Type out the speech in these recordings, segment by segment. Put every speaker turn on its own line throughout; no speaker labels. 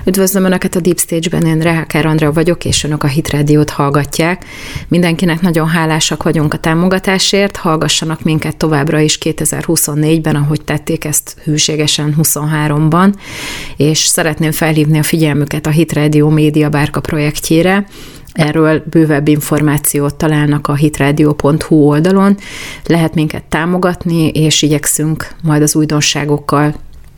Üdvözlöm Önöket a Deep Stage-ben, én Reháker Andrea vagyok, és Önök a Hit Rádiót hallgatják. Mindenkinek nagyon hálásak vagyunk a támogatásért, hallgassanak minket továbbra is 2024-ben, ahogy tették ezt hűségesen 23-ban, és szeretném felhívni a figyelmüket a Hit Rádió Média Bárka projektjére. Erről bővebb információt találnak a hitradio.hu oldalon. Lehet minket támogatni, és igyekszünk majd az újdonságokkal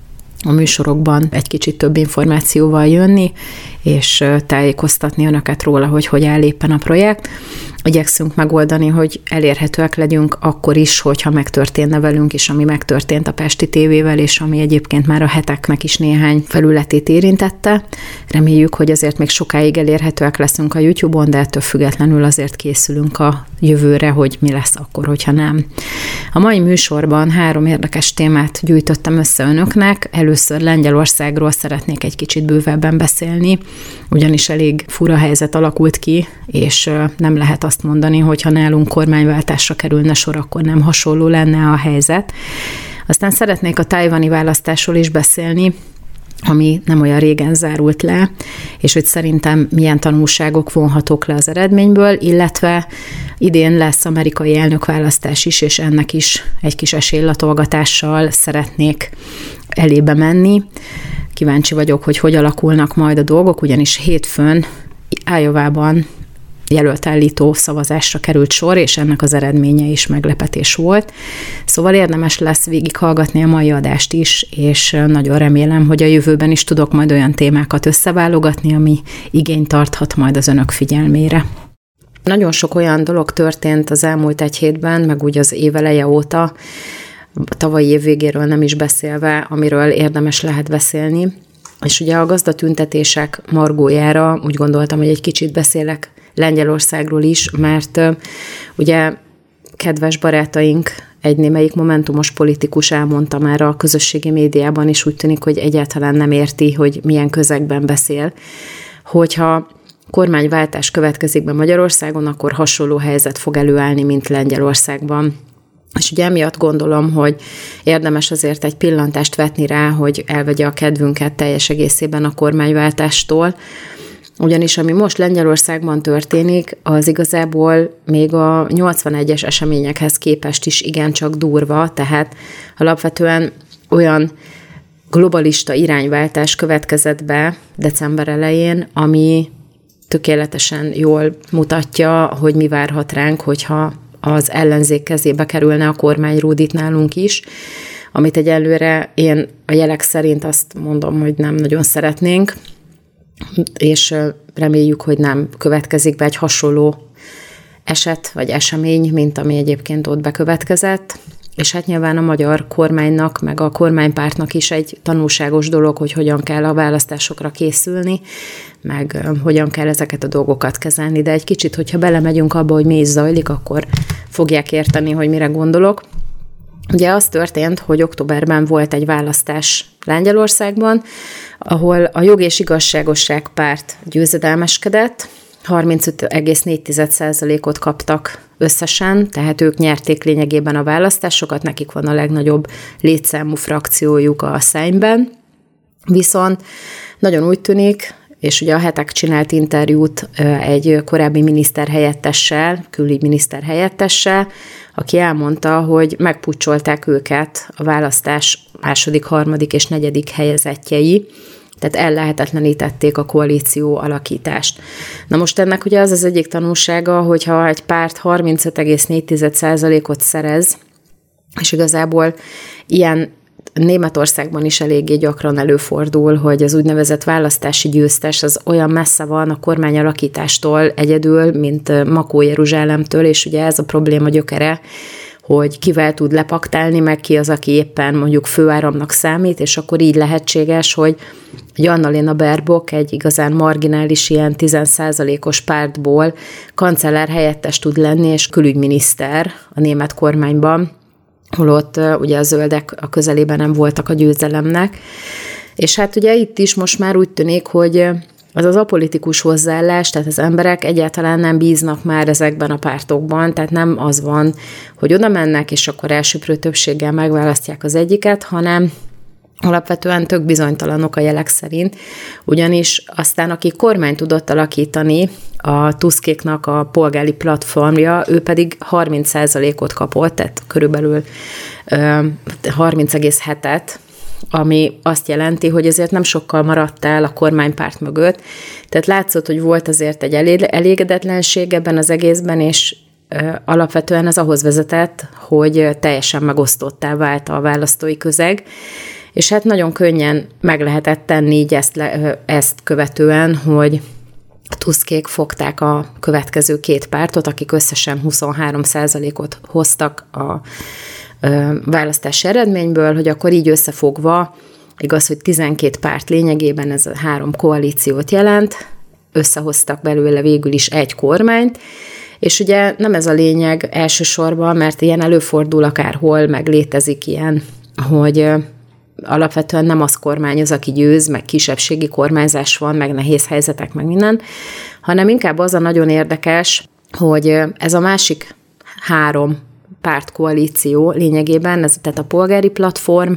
a műsorokban egy kicsit több információval jönni, és tájékoztatni Önöket róla, hogy áll éppen a projekt. Igyekszünk megoldani, hogy elérhetőek legyünk akkor is, hogyha megtörténne velünk is, ami megtörtént a Pesti tévével, és ami egyébként már a heteknek is néhány felületét érintette. Reméljük, hogy azért még sokáig elérhetőek leszünk a YouTube-on, de ettől függetlenül azért készülünk a jövőre, hogy mi lesz akkor, hogyha nem. A mai műsorban 3 érdekes témát gyűjtöttem össze Önöknek. Először Lengyelországról szeretnék egy kicsit bővebben beszélni, ugyanis elég fura helyzet alakult ki, és nem lehet azt mondani, hogy ha nálunk kormányváltásra kerülne sor, akkor nem hasonló lenne a helyzet. Aztán szeretnék a tajvani választásról is beszélni, ami nem olyan régen zárult le, és hogy szerintem milyen tanulságok vonhatók le az eredményből, illetve idén lesz amerikai elnökválasztás is, és ennek is egy kis esélylatolgatással szeretnék elébe menni. Kíváncsi vagyok, hogy alakulnak majd a dolgok, ugyanis hétfőn Iowában jelöltállító szavazásra került sor, és ennek az eredménye is meglepetés volt. Szóval érdemes lesz végighallgatni a mai adást is, és nagyon remélem, hogy a jövőben is tudok majd olyan témákat összeválogatni, ami igényt tarthat majd az Önök figyelmére. Nagyon sok olyan dolog történt az elmúlt egy hétben, meg úgy az év eleje óta, tavalyi év végéről nem is beszélve, amiről érdemes lehet beszélni. És ugye a gazdatüntetések margójára úgy gondoltam, hogy egy kicsit beszélek Lengyelországról is, mert ugye kedves barátaink, egy némelyik momentumos politikus elmondta már a közösségi médiában, és úgy tűnik, hogy egyáltalán nem érti, hogy milyen közegben beszél, hogyha kormányváltás következik be Magyarországon, akkor hasonló helyzet fog előállni, mint Lengyelországban. És ugye emiatt gondolom, hogy érdemes azért egy pillantást vetni rá, hogy elvegye a kedvünket teljes egészében a kormányváltástól, ugyanis ami most Lengyelországban történik, az igazából még a 81-es eseményekhez képest is igencsak durva, tehát alapvetően olyan globalista irányváltás következett be december elején, ami tökéletesen jól mutatja, hogy mi várhat ránk, hogyha az ellenzék kezébe kerülne a kormányrúd itt nálunk is, amit egyelőre én a jelek szerint azt mondom, hogy nem nagyon szeretnénk, és reméljük, hogy nem következik be egy hasonló eset vagy esemény, mint ami egyébként ott bekövetkezett. És hát nyilván a magyar kormánynak, meg a kormánypártnak is egy tanulságos dolog, hogy hogyan kell a választásokra készülni, meg hogyan kell ezeket a dolgokat kezelni. De egy kicsit, hogyha belemegyünk abba, hogy mi is zajlik, akkor fogják érteni, hogy mire gondolok. Ugye az történt, hogy októberben volt egy választás Lengyelországban, ahol a Jog és Igazságosság párt győzedelmeskedett, 35,4%-ot kaptak összesen, tehát ők nyerték lényegében a választásokat, nekik van a legnagyobb létszámú frakciójuk a Szeimben. Viszont nagyon úgy tűnik, és ugye a Hetek csinált interjút egy korábbi miniszterhelyettessel, külügyminiszterhelyettessel, aki elmondta, hogy megpucsolták őket a választás második, harmadik és negyedik helyezettjei, tehát ellehetetlenítették a koalíció alakítást. Na most ennek ugye az egyik tanulsága, hogyha egy párt 35,4%-ot szerez, és igazából ilyen Németországban is eléggé gyakran előfordul, hogy az úgynevezett választási győztes az olyan messze van a kormány alakítástól egyedül, mint Makó Jeruzsálemtől, és ugye ez a probléma gyökere, hogy kivel tud lepaktálni, meg ki az, aki éppen mondjuk főáramnak számít, és akkor így lehetséges, hogy Annalena Baerbock egy igazán marginális, ilyen 10%-os pártból kancellár helyettes tud lenni, és külügyminiszter a német kormányban, holott ugye a zöldek a közelében nem voltak a győzelemnek. És hát ugye itt is most már úgy tűnik, hogy az apolitikus hozzáállás, tehát az emberek egyáltalán nem bíznak már ezekben a pártokban, tehát nem az van, hogy oda mennek, és akkor elsöprő többséggel megválasztják az egyiket, hanem alapvetően tök bizonytalanok a jelek szerint, ugyanis aztán aki kormány tudott alakítani, a Tuskéknak a polgári platformja, ő pedig 30%-ot kapott, tehát körülbelül 30,7-et, ami azt jelenti, hogy azért nem sokkal maradt el a kormánypárt mögött. Tehát látszott, hogy volt azért egy elégedetlenség ebben az egészben, és alapvetően ez ahhoz vezetett, hogy teljesen megosztottá vált a választói közeg, és hát nagyon könnyen meg lehetett tenni így ezt követően, hogy a Tuskék fogták a következő két pártot, akik összesen 23%-ot hoztak a választási eredményből, hogy akkor így összefogva, igaz, hogy 12 párt lényegében ez a 3 koalíciót jelent, összehoztak belőle végül is egy kormányt, és ugye nem ez a lényeg elsősorban, mert ilyen előfordul akárhol, meg létezik ilyen, hogy alapvetően nem az kormányoz, aki győz, meg kisebbségi kormányzás van, meg nehéz helyzetek, meg minden, hanem inkább az a nagyon érdekes, hogy ez a másik 3 pártkoalíció lényegében, ez tehát a polgári platform,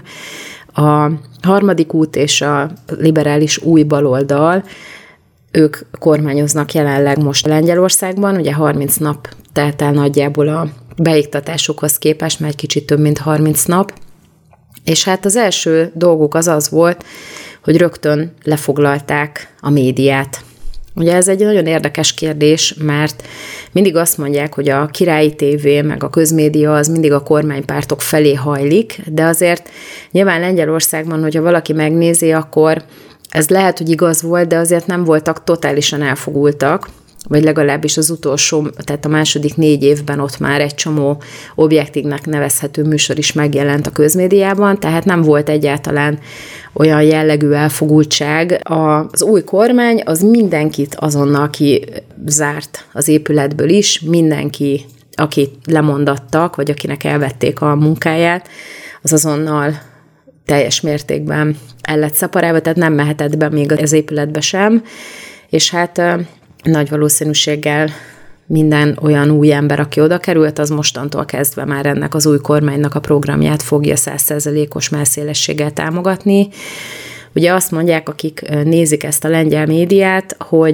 a Harmadik út és a liberális új baloldal, ők kormányoznak jelenleg most Lengyelországban, ugye 30 nap telt el nagyjából a beiktatásukhoz képest, mert egy kicsit több mint 30 nap, és hát az első dolguk az volt, hogy rögtön lefoglalták a médiát. Ugye ez egy nagyon érdekes kérdés, mert mindig azt mondják, hogy a királyi tévé, meg a közmédia az mindig a kormánypártok felé hajlik, de azért nyilván Lengyelországban, hogyha valaki megnézi, akkor ez lehet, hogy igaz volt, de azért nem voltak totálisan elfogultak, vagy legalábbis az utolsó, tehát a második 4 évben ott már egy csomó objektívnek nevezhető műsor is megjelent a közmédiában, tehát nem volt egyáltalán olyan jellegű elfogultság. Az új kormány az mindenkit azonnal kizárt az épületből is, mindenki, akit lemondattak, vagy akinek elvették a munkáját, az azonnal teljes mértékben el lett szeparálva, tehát nem mehetett be még az épületbe sem, és hát nagy valószínűséggel minden olyan új ember, aki oda került, az mostantól kezdve már ennek az új kormánynak a programját fogja 100%-os messzélességgel támogatni. Ugye azt mondják, akik nézik ezt a lengyel médiát, hogy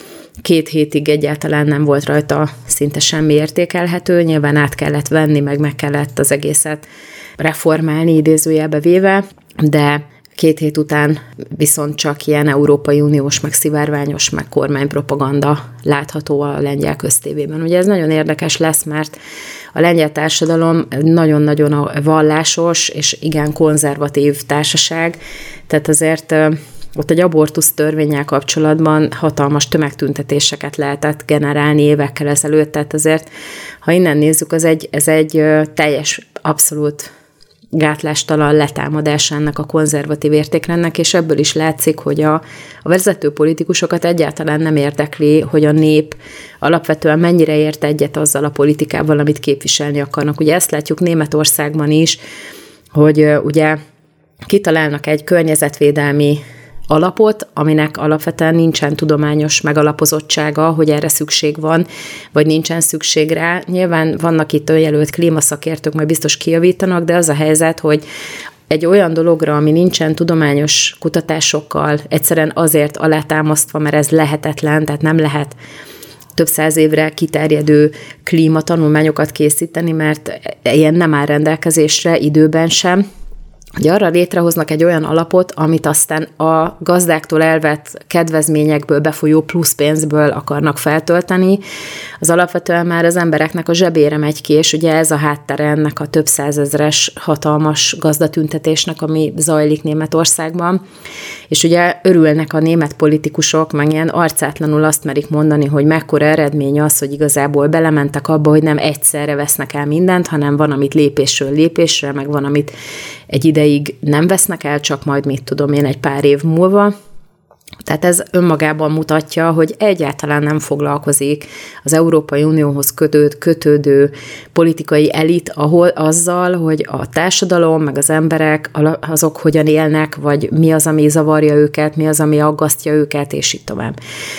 2 hétig egyáltalán nem volt rajta szinte semmi értékelhető, nyilván át kellett venni, meg kellett az egészet reformálni, idézőjelbe véve, de 2 hét után viszont csak ilyen Európai Uniós, meg szivárványos, meg kormánypropaganda látható a lengyel köztévében. Ugye ez nagyon érdekes lesz, mert a lengyel társadalom nagyon-nagyon vallásos és igen konzervatív társaság, tehát azért ott egy abortusz törvénnyel kapcsolatban hatalmas tömegtüntetéseket lehetett generálni évekkel ezelőtt, tehát azért, ha innen nézzük, ez egy teljes, abszolút gátlástalan letámadása ennek a konzervatív értékrendnek, és ebből is látszik, hogy a vezető politikusokat egyáltalán nem érdekli, hogy a nép alapvetően mennyire ért egyet azzal a politikával, amit képviselni akarnak. Ugye ezt látjuk Németországban is, hogy ugye kitalálnak egy környezetvédelmi alapot, aminek alapvetően nincsen tudományos megalapozottsága, hogy erre szükség van, vagy nincsen szükség rá. Nyilván vannak itt önjelölt klímaszakértők, majd biztos kijavítanak, de az a helyzet, hogy egy olyan dologra, ami nincsen tudományos kutatásokkal, egyszerűen azért alátámasztva, mert ez lehetetlen, tehát nem lehet több 100 évre kiterjedő klímatanulmányokat készíteni, mert ilyen nem áll rendelkezésre időben sem, hogy arra létrehoznak egy olyan alapot, amit aztán a gazdáktól elvett kedvezményekből befolyó plusz pénzből akarnak feltölteni, az alapvetően már az embereknek a zsebére megy ki, és ugye ez a háttere ennek a több 100 000 hatalmas gazdatüntetésnek, ami zajlik Németországban. És ugye örülnek a német politikusok, meg ilyen arcátlanul azt merik mondani, hogy mekkora eredmény az, hogy igazából belementek abba, hogy nem egyszerre vesznek el mindent, hanem van, amit lépésről lépésre, meg van, amit egy ideig nem vesznek el, csak majd mit tudom én egy pár év múlva. Tehát ez önmagában mutatja, hogy egyáltalán nem foglalkozik az Európai Unióhoz kötődő politikai elit azzal, hogy a társadalom, meg az emberek, azok hogyan élnek, vagy mi az, ami zavarja őket, mi az, ami aggasztja őket, és így tovább.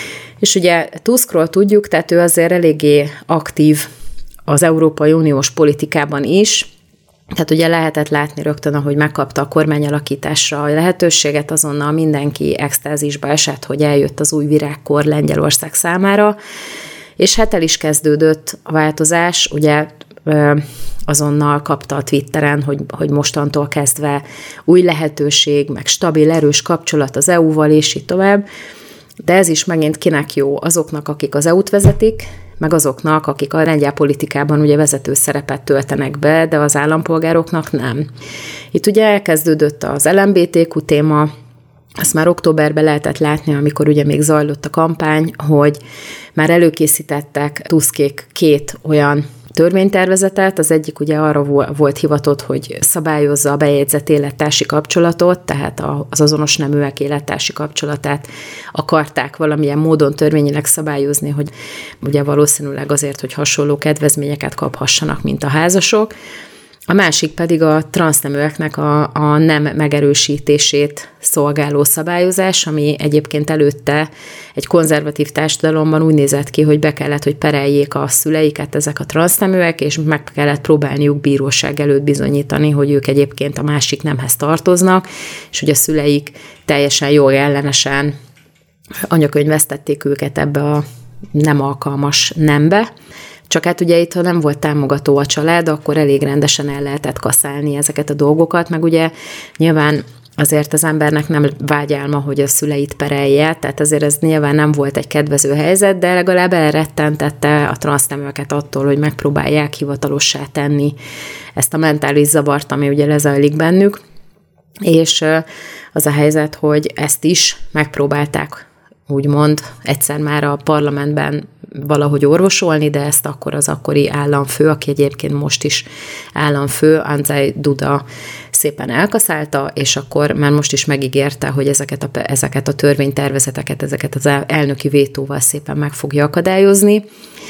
És ugye Tuskról tudjuk, tehát ő azért eléggé aktív az Európai Uniós politikában is, Tehát ugye lehetett látni rögtön, ahogy megkapta a kormányalakításra a lehetőséget, azonnal mindenki extázisba esett, hogy eljött az új virágkor Lengyelország számára, és hát el is kezdődött a változás, ugye azonnal kapta a Twitteren, hogy mostantól kezdve új lehetőség, meg stabil, erős kapcsolat az EU-val, és így tovább. De ez is megint kinek jó? Azoknak, akik az EU-t vezetik, meg azoknak, akik a lengyel politikában ugye vezető szerepet töltenek be, de az állampolgároknak nem. Itt ugye elkezdődött az LMBTQ téma, azt már októberben lehetett látni, amikor ugye még zajlott a kampány, hogy már előkészítettek Tuskék 2 olyan törvénytervezetet, az egyik ugye arra volt hivatott, hogy szabályozza a bejegyzett élettársi kapcsolatot, tehát az azonos neműek élettársi kapcsolatát akarták valamilyen módon törvényileg szabályozni, hogy ugye valószínűleg azért, hogy hasonló kedvezményeket kaphassanak, mint a házasok. A másik pedig a transzneműeknek a nem megerősítését szolgáló szabályozás, ami egyébként előtte egy konzervatív társadalomban úgy nézett ki, hogy be kellett, hogy pereljék a szüleiket ezek a transzneműek, és meg kellett próbálniuk bíróság előtt bizonyítani, hogy ők egyébként a másik nemhez tartoznak, és hogy a szüleik teljesen jogellenesen anyakönyvesztették őket ebbe a nem alkalmas nembe. Csak hát ugye itt, ha nem volt támogató a család, akkor elég rendesen el lehetett kaszálni ezeket a dolgokat, meg ugye nyilván azért az embernek nem vágyálma, hogy a szüleit perelje, tehát azért ez nyilván nem volt egy kedvező helyzet, de legalább elrettentette a transzneműeket attól, hogy megpróbálják hivatalossá tenni ezt a mentális zavart, ami ugye lezajlik bennük, és az a helyzet, hogy ezt is megpróbálták úgymond egyszer már a parlamentben valahogy orvosolni, de ezt akkor az akkori államfő, aki egyébként most is államfő, Andrzej Duda szépen elkaszálta, és akkor már most is megígérte, hogy ezeket a törvénytervezeteket, ezeket az elnöki vétóval szépen meg fogja akadályozni.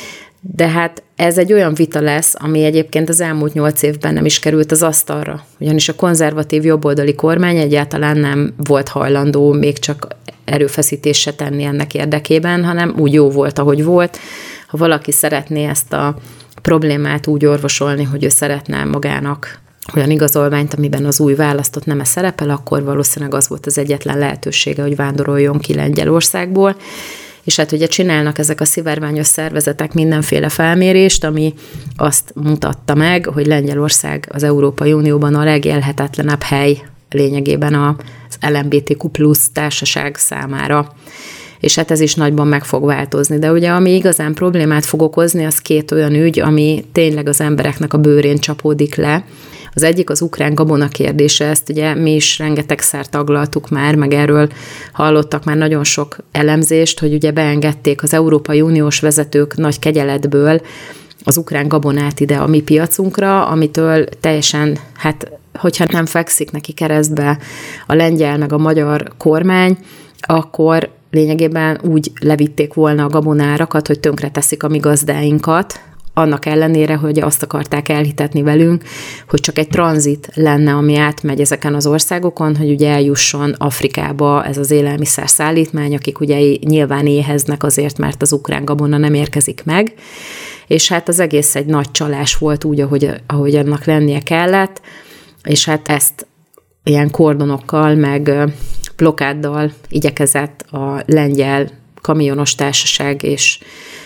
De hát ez egy olyan vita lesz, ami egyébként az elmúlt 8 évben nem is került az asztalra. Ugyanis a konzervatív jobboldali kormány egyáltalán nem volt hajlandó még csak erőfeszítést se tenni ennek érdekében, hanem úgy jó volt, ahogy volt. Ha valaki szeretné ezt a problémát úgy orvosolni, hogy ő szeretne magának olyan igazolványt, amiben az új választott neme szerepel, akkor valószínűleg az volt az egyetlen lehetősége, hogy vándoroljon ki Lengyelországból. És hát ugye csinálnak ezek a szivárványos szervezetek mindenféle felmérést, ami azt mutatta meg, hogy Lengyelország az Európai Unióban a legélhetetlenebb hely lényegében az LMBTQ plusz társaság számára. És hát ez is nagyban meg fog változni. De ugye ami igazán problémát fog okozni, az 2 olyan ügy, ami tényleg az embereknek a bőrén csapódik le. Az egyik az ukrán gabona kérdése, ezt ugye mi is rengetegszer taglaltuk már, meg erről hallottak már nagyon sok elemzést, hogy ugye beengedték az Európai Uniós vezetők nagy kegyeletből az ukrán gabonát ide a mi piacunkra, amitől teljesen, hát hogyha nem fekszik neki keresztbe a lengyel meg a magyar kormány, akkor lényegében úgy levitték volna a gabonárakat, hogy tönkreteszik a mi gazdáinkat, annak ellenére, hogy azt akarták elhitetni velünk, hogy csak egy tranzit lenne, ami átmegy ezeken az országokon, hogy ugye eljusson Afrikába ez az élelmiszer szállítmány, akik ugye nyilván éheznek azért, mert az ukrán gabona nem érkezik meg, és hát az egész egy nagy csalás volt úgy, ahogy annak lennie kellett, és hát ezt ilyen kordonokkal, meg blokkáddal igyekezett a lengyel kamionos társaság és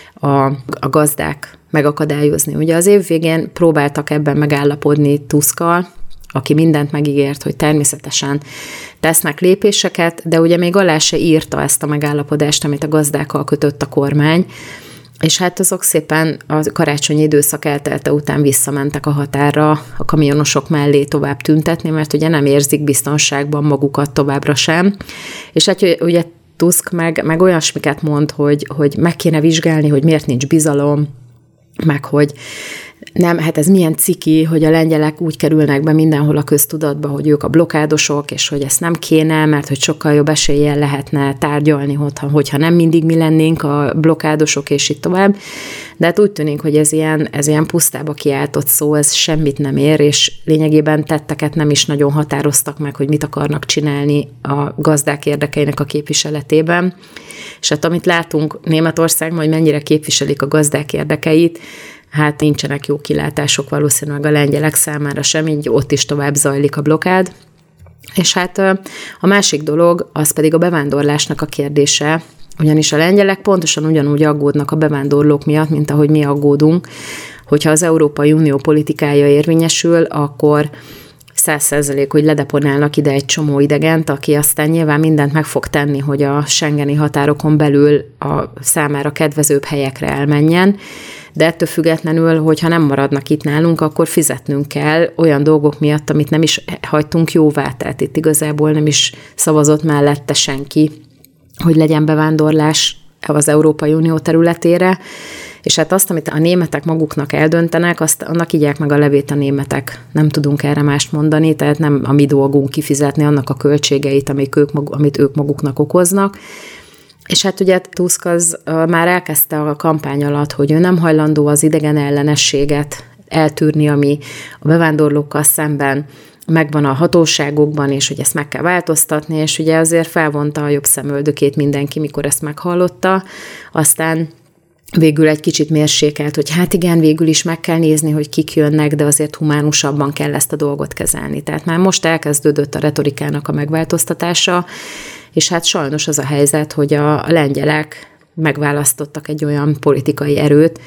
a gazdák megakadályozni. Ugye az év végén próbáltak ebben megállapodni Tuskkal, aki mindent megígért, hogy természetesen tesznek lépéseket, de ugye még alá se írta ezt a megállapodást, amit a gazdákkal kötött a kormány, és hát azok szépen a karácsonyi időszak eltelte után visszamentek a határra a kamionosok mellé tovább tüntetni, mert ugye nem érzik biztonságban magukat továbbra sem. És hát ugye Tusk meg olyasmiket mond, hogy meg kéne vizsgálni, hogy miért nincs bizalom, meg hogy nem, hát ez milyen ciki, hogy a lengyelek úgy kerülnek be mindenhol a köztudatba, hogy ők a blokkádosok, és hogy ezt nem kéne, mert hogy sokkal jobb eséllyel lehetne tárgyalni, hogyha nem mindig mi lennénk a blokkádosok, és itt tovább. De hát úgy tűnik, hogy ez ilyen pusztába kiáltott szó, ez semmit nem ér, és lényegében tetteket nem is nagyon határoztak meg, hogy mit akarnak csinálni a gazdák érdekeinek a képviseletében. És hát amit látunk Németországban, hogy mennyire képviselik a gazdák érdekeit, hát nincsenek jó kilátások valószínűleg a lengyelek számára sem, így ott is tovább zajlik a blokkád. És hát a másik dolog, az pedig a bevándorlásnak a kérdése, ugyanis a lengyelek pontosan ugyanúgy aggódnak a bevándorlók miatt, mint ahogy mi aggódunk, hogyha az Európai Unió politikája érvényesül, akkor 100%, hogy ledeponálnak ide egy csomó idegent, aki aztán nyilván mindent meg fog tenni, hogy a schengeni határokon belül a számára kedvezőbb helyekre elmenjen, de ettől függetlenül, hogyha nem maradnak itt nálunk, akkor fizetnünk kell olyan dolgok miatt, amit nem is hagytunk jóvá, tehát itt igazából nem is szavazott mellette senki, hogy legyen bevándorlás az Európai Unió területére, és hát azt, amit a németek maguknak eldöntenek, azt annak igyák meg a levét a németek. Nem tudunk erre mást mondani, tehát nem a mi dolgunk kifizetni annak a költségeit, amit ők maguknak okoznak. És hát ugye Tusk az már elkezdte a kampány alatt, hogy ő nem hajlandó az idegen ellenességet eltűrni, ami a bevándorlókkal szemben megvan a hatóságokban, és hogy ezt meg kell változtatni, és ugye azért felvonta a jobb szemöldökét mindenki, mikor ezt meghallotta. Aztán végül egy kicsit mérsékelt, hogy hát igen, végül is meg kell nézni, hogy kik jönnek, de azért humánusabban kell ezt a dolgot kezelni. Tehát már most elkezdődött a retorikának a megváltoztatása, és hát sajnos az a helyzet, hogy a lengyelek megválasztottak egy olyan politikai erőt,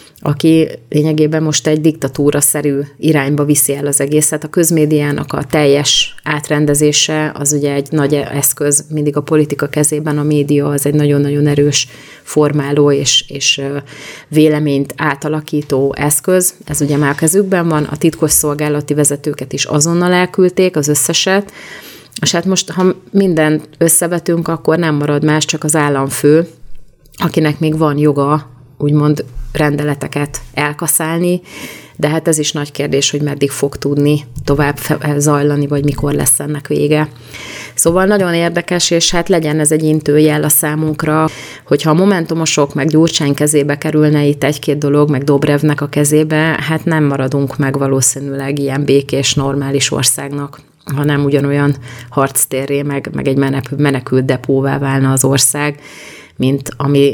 aki lényegében most egy diktatúra-szerű irányba viszi el az egészet. A közmédiának a teljes átrendezése az ugye egy nagy eszköz, mindig a politika kezében a média az egy nagyon-nagyon erős formáló és véleményt átalakító eszköz. Ez ugye már a kezükben van, a titkosszolgálati vezetőket is azonnal elküldték, az összeset, és hát most, ha mindent összevetünk, akkor nem marad más, csak az államfő, akinek még van joga úgymond rendeleteket elkaszálni, de hát ez is nagy kérdés, hogy meddig fog tudni tovább zajlani, vagy mikor lesz ennek vége. Szóval nagyon érdekes, és hát legyen ez egy intőjel a számunkra, hogyha a momentumosok meg Gyurcsány kezébe kerülne itt egy-két dolog, meg Dobrevnek a kezébe, hát nem maradunk meg valószínűleg ilyen békés, normális országnak, hanem ugyanolyan harctérré, meg egy menekült depóvá válna az ország, mint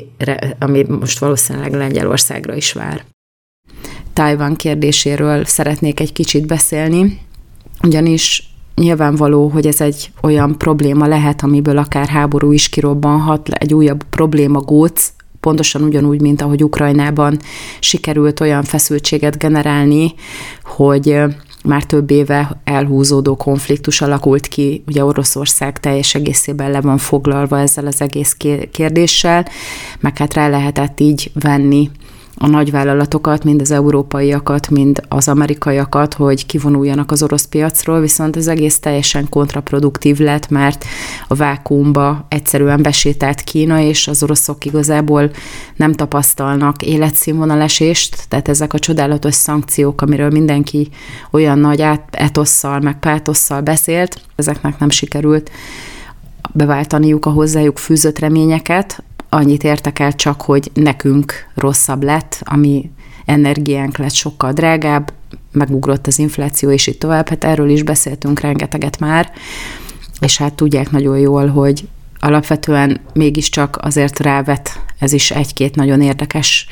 ami most valószínűleg Lengyelországra is vár. Tajvan kérdéséről szeretnék egy kicsit beszélni, ugyanis nyilvánvaló, hogy ez egy olyan probléma lehet, amiből akár háború is kirobbanhat, egy újabb problémagóc, pontosan ugyanúgy, mint ahogy Ukrajnában sikerült olyan feszültséget generálni, hogy már több éve elhúzódó konfliktus alakult ki, ugye Oroszország teljes egészében le van foglalva ezzel az egész kérdéssel, meg hát rá lehetett így venni a nagyvállalatokat, mind az európaiakat, mind az amerikaiakat, hogy kivonuljanak az orosz piacról, viszont az egész teljesen kontraproduktív lett, mert a vákuumba egyszerűen besétált Kína, és az oroszok igazából nem tapasztalnak életszínvonalesést, tehát ezek a csodálatos szankciók, amiről mindenki olyan nagy etosszal, meg pátosszal beszélt, ezeknek nem sikerült beváltaniuk a hozzájuk fűzött reményeket. Annyit értek el csak, hogy nekünk rosszabb lett, ami energiánk lett sokkal drágább, megugrott az infláció, és így tovább. Hát erről is beszéltünk rengeteget már, és hát tudják nagyon jól, hogy alapvetően mégiscsak azért rávet ez is egy-két nagyon érdekes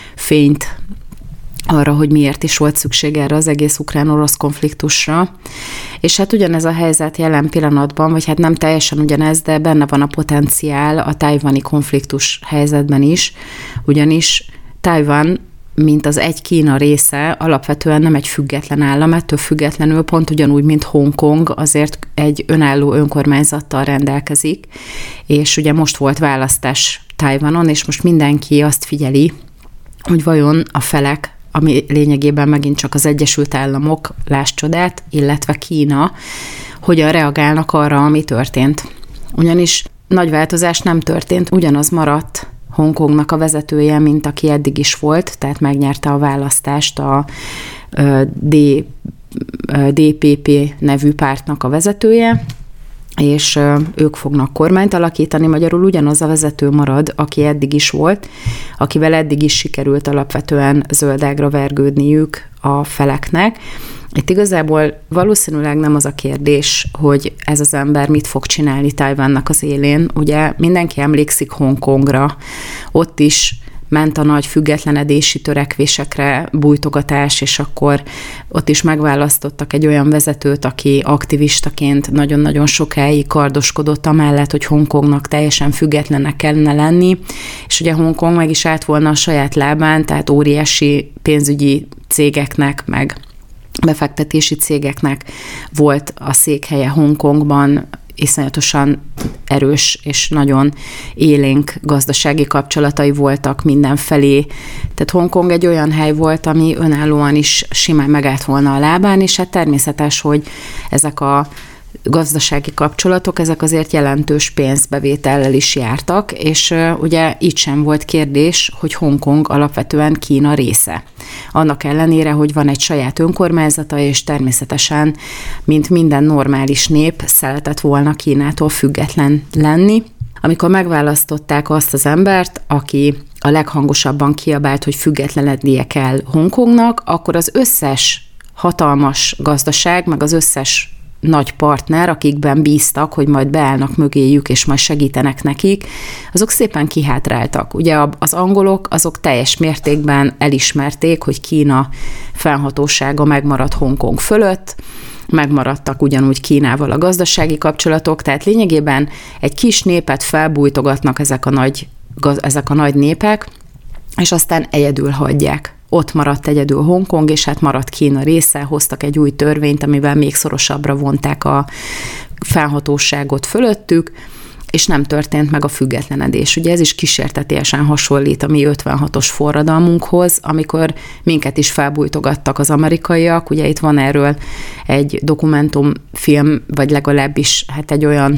fényt arra, hogy miért is volt szükség erre az egész ukrán-orosz konfliktusra. És hát ugyanez a helyzet jelen pillanatban, vagy hát nem teljesen ugyanez, de benne van a potenciál a tajvani konfliktus helyzetben is, ugyanis Tajvan, mint az egy Kína része, alapvetően nem egy független állam, ettől függetlenül pont ugyanúgy, mint Hongkong, azért egy önálló önkormányzattal rendelkezik, és ugye most volt választás Tajvanon, és most mindenki azt figyeli, hogy vajon a felek, ami lényegében megint csak az Egyesült Államok, lásd csodát, illetve Kína, hogyan reagálnak arra, ami történt. Ugyanis nagy változás nem történt, ugyanaz maradt Hongkongnak a vezetője, mint aki eddig is volt, tehát megnyerte a választást a DPP nevű pártnak a vezetője, és ők fognak kormányt alakítani, magyarul ugyanaz a vezető marad, aki eddig is volt, akivel eddig is sikerült alapvetően zöldágra vergődniük a feleknek. Itt igazából valószínűleg nem az a kérdés, hogy ez az ember mit fog csinálni Tajvannak az élén. Ugye mindenki emlékszik Hongkongra, ott is ment a nagy függetlenedési törekvésekre bújtogatás, és akkor ott is megválasztottak egy olyan vezetőt, aki aktivistaként nagyon-nagyon sokáig kardoskodott amellett, hogy Hongkongnak teljesen függetlennek kellene lenni, és ugye Hongkong meg is állt volna a saját lábán, tehát óriási pénzügyi cégeknek, meg befektetési cégeknek volt a székhelye Hongkongban, iszonyatosan erős és nagyon élénk gazdasági kapcsolatai voltak mindenfelé. Tehát Hongkong egy olyan hely volt, ami önállóan is simán megállt volna a lábán, és hát természetes, hogy ezek a gazdasági kapcsolatok, ezek azért jelentős pénzbevétellel is jártak, és ugye így sem volt kérdés, hogy Hongkong alapvetően Kína része. Annak ellenére, hogy van egy saját önkormányzata, és természetesen, mint minden normális nép, szeretett volna Kínától független lenni. Amikor megválasztották azt az embert, aki a leghangosabban kiabált, hogy függetlenednie kell Hongkongnak, akkor az összes hatalmas gazdaság, meg az összes nagy partner, akikben bíztak, hogy majd beállnak mögéjük, és majd segítenek nekik, azok szépen kihátráltak. Ugye az angolok, azok teljes mértékben elismerték, hogy Kína fennhatósága megmaradt Hongkong fölött, megmaradtak ugyanúgy Kínával a gazdasági kapcsolatok, tehát lényegében egy kis népet felbújtogatnak ezek a nagy népek, és aztán egyedül hagyják. Ott maradt egyedül Hongkong, és hát maradt Kína része, hoztak egy új törvényt, amivel még szorosabbra vonták a fennhatóságot fölöttük, és nem történt meg a függetlenedés. Ugye ez is kísértetiesen hasonlít a mi 56-os forradalmunkhoz, amikor minket is felbújtogattak az amerikaiak. Ugye itt van erről egy dokumentumfilm, vagy legalábbis hát egy olyan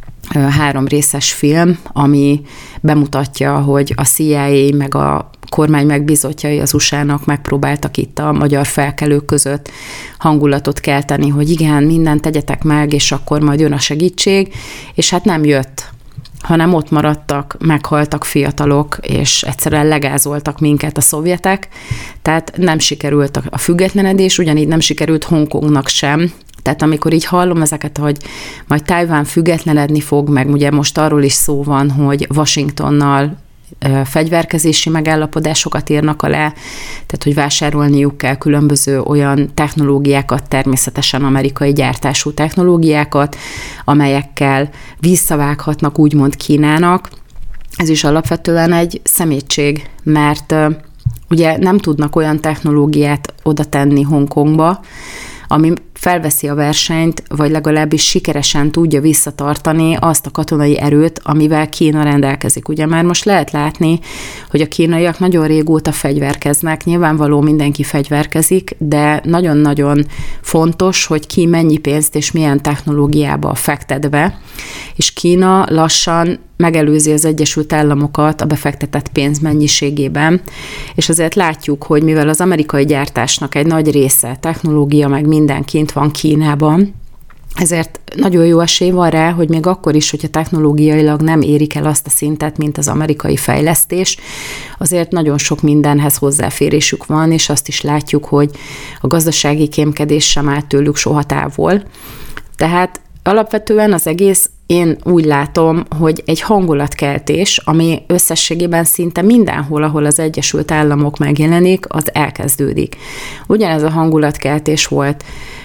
3 részes film, ami bemutatja, hogy a CIA meg a kormány megbízottjai az USA-nak megpróbáltak itt a magyar felkelők között hangulatot kelteni, hogy igen, mindent tegyetek meg, és akkor majd jön a segítség, és hát nem jött, hanem ott maradtak, meghaltak fiatalok, és egyszerűen legázoltak minket a szovjetek, tehát nem sikerült a függetlenedés, ugyanígy nem sikerült Hongkongnak sem. Tehát amikor így hallom ezeket, hogy majd Tajván függetlenedni fog, meg ugye most arról is szó van, hogy Washingtonnal fegyverkezési megállapodásokat írnak alá, tehát hogy vásárolniuk kell különböző olyan technológiákat, természetesen amerikai gyártású technológiákat, amelyekkel visszavághatnak úgymond Kínának. Ez is alapvetően egy szemétség, mert ugye nem tudnak olyan technológiát oda tenni Hongkongba, ami felveszi a versenyt, vagy legalábbis sikeresen tudja visszatartani azt a katonai erőt, amivel Kína rendelkezik. Ugye már most lehet látni, hogy a kínaiak nagyon régóta fegyverkeznek, nyilvánvaló mindenki fegyverkezik, de nagyon-nagyon fontos, hogy ki mennyi pénzt és milyen technológiába fektet be, és Kína lassan megelőzi az Egyesült Államokat a befektetett pénz mennyiségében, és azért látjuk, hogy mivel az amerikai gyártásnak egy nagy része, technológia meg minden kint van Kínában, ezért nagyon jó esély van rá, hogy még akkor is, hogyha technológiailag nem érik el azt a szintet, mint az amerikai fejlesztés, azért nagyon sok mindenhez hozzáférésük van, és azt is látjuk, hogy a gazdasági kémkedés sem áll tőlük soha távol. Tehát alapvetően az egész, én úgy látom, hogy egy hangulatkeltés, ami összességében szinte mindenhol, ahol az Egyesült Államok megjelenik, az elkezdődik. Ugyanez a hangulatkeltés volt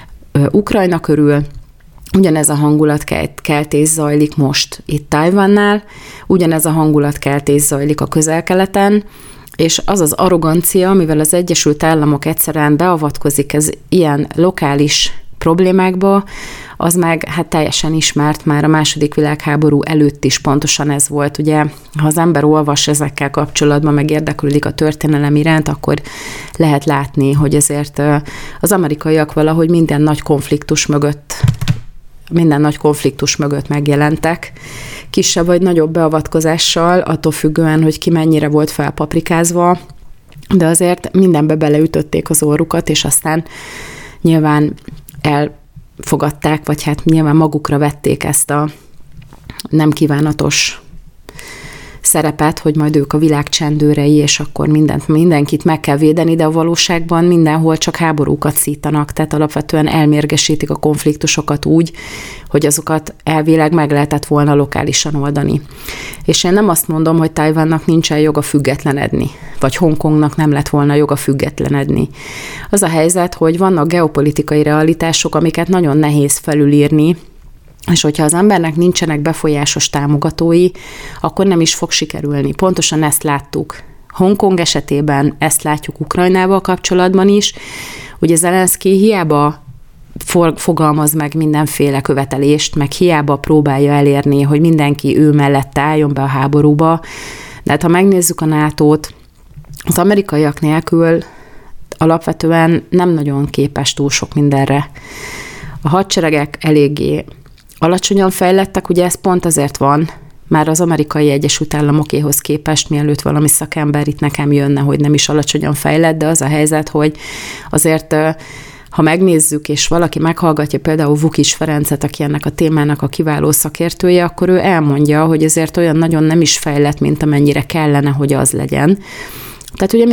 Ukrajna körül, ugyanez a hangulatkeltés zajlik most itt Tajvannál, ugyanez a hangulatkeltés zajlik a Közel-Keleten, és az az arrogancia, mivel az Egyesült Államok egyszerűen beavatkozik ez ilyen lokális problémákba, az meg hát teljesen ismert, már a II. Világháború előtt is pontosan ez volt. Ugye, ha az ember olvas ezekkel kapcsolatban, meg érdeklődik a történelem iránt, akkor lehet látni, hogy ezért az amerikaiak valahogy minden nagy konfliktus mögött megjelentek, kisebb vagy nagyobb beavatkozással, attól függően, hogy ki mennyire volt felpaprikázva, de azért mindenbe beleütötték az orrukat, és aztán nyilván elfogadták, vagy hát nyilván magukra vették ezt a nem kívánatos szerepet, hogy majd ők a világ csendőrei, és akkor mindenkit meg kell védeni, de a valóságban mindenhol csak háborúkat szítanak, tehát alapvetően elmérgesítik a konfliktusokat úgy, hogy azokat elvileg meg lehetett volna lokálisan oldani. És én nem azt mondom, hogy Tajvannak nincsen joga függetlenedni, vagy Hongkongnak nem lett volna joga függetlenedni. Az a helyzet, hogy vannak geopolitikai realitások, amiket nagyon nehéz felülírni, és hogyha az embernek nincsenek befolyásos támogatói, akkor nem is fog sikerülni. Pontosan ezt láttuk Hongkong esetében, ezt látjuk Ukrajnával kapcsolatban is. Ugye Zelenszky hiába fogalmaz meg mindenféle követelést, meg hiába próbálja elérni, hogy mindenki ő mellette álljon be a háborúba, de hát ha megnézzük a NATO-t, az amerikaiak nélkül alapvetően nem nagyon képes túl sok mindenre. A hadseregek eléggé alacsonyan fejlettek, ugye ez pont azért van, már az Amerikai Egyesült Államokéhoz képest, mielőtt valami szakember itt nekem jönne, hogy nem is alacsonyan fejlett, de az a helyzet, hogy azért ha megnézzük, és valaki meghallgatja például Vukis Ferencet, aki ennek a témának a kiváló szakértője, akkor ő elmondja, hogy azért olyan nagyon nem is fejlett, mint amennyire kellene, hogy az legyen. Tehát ugye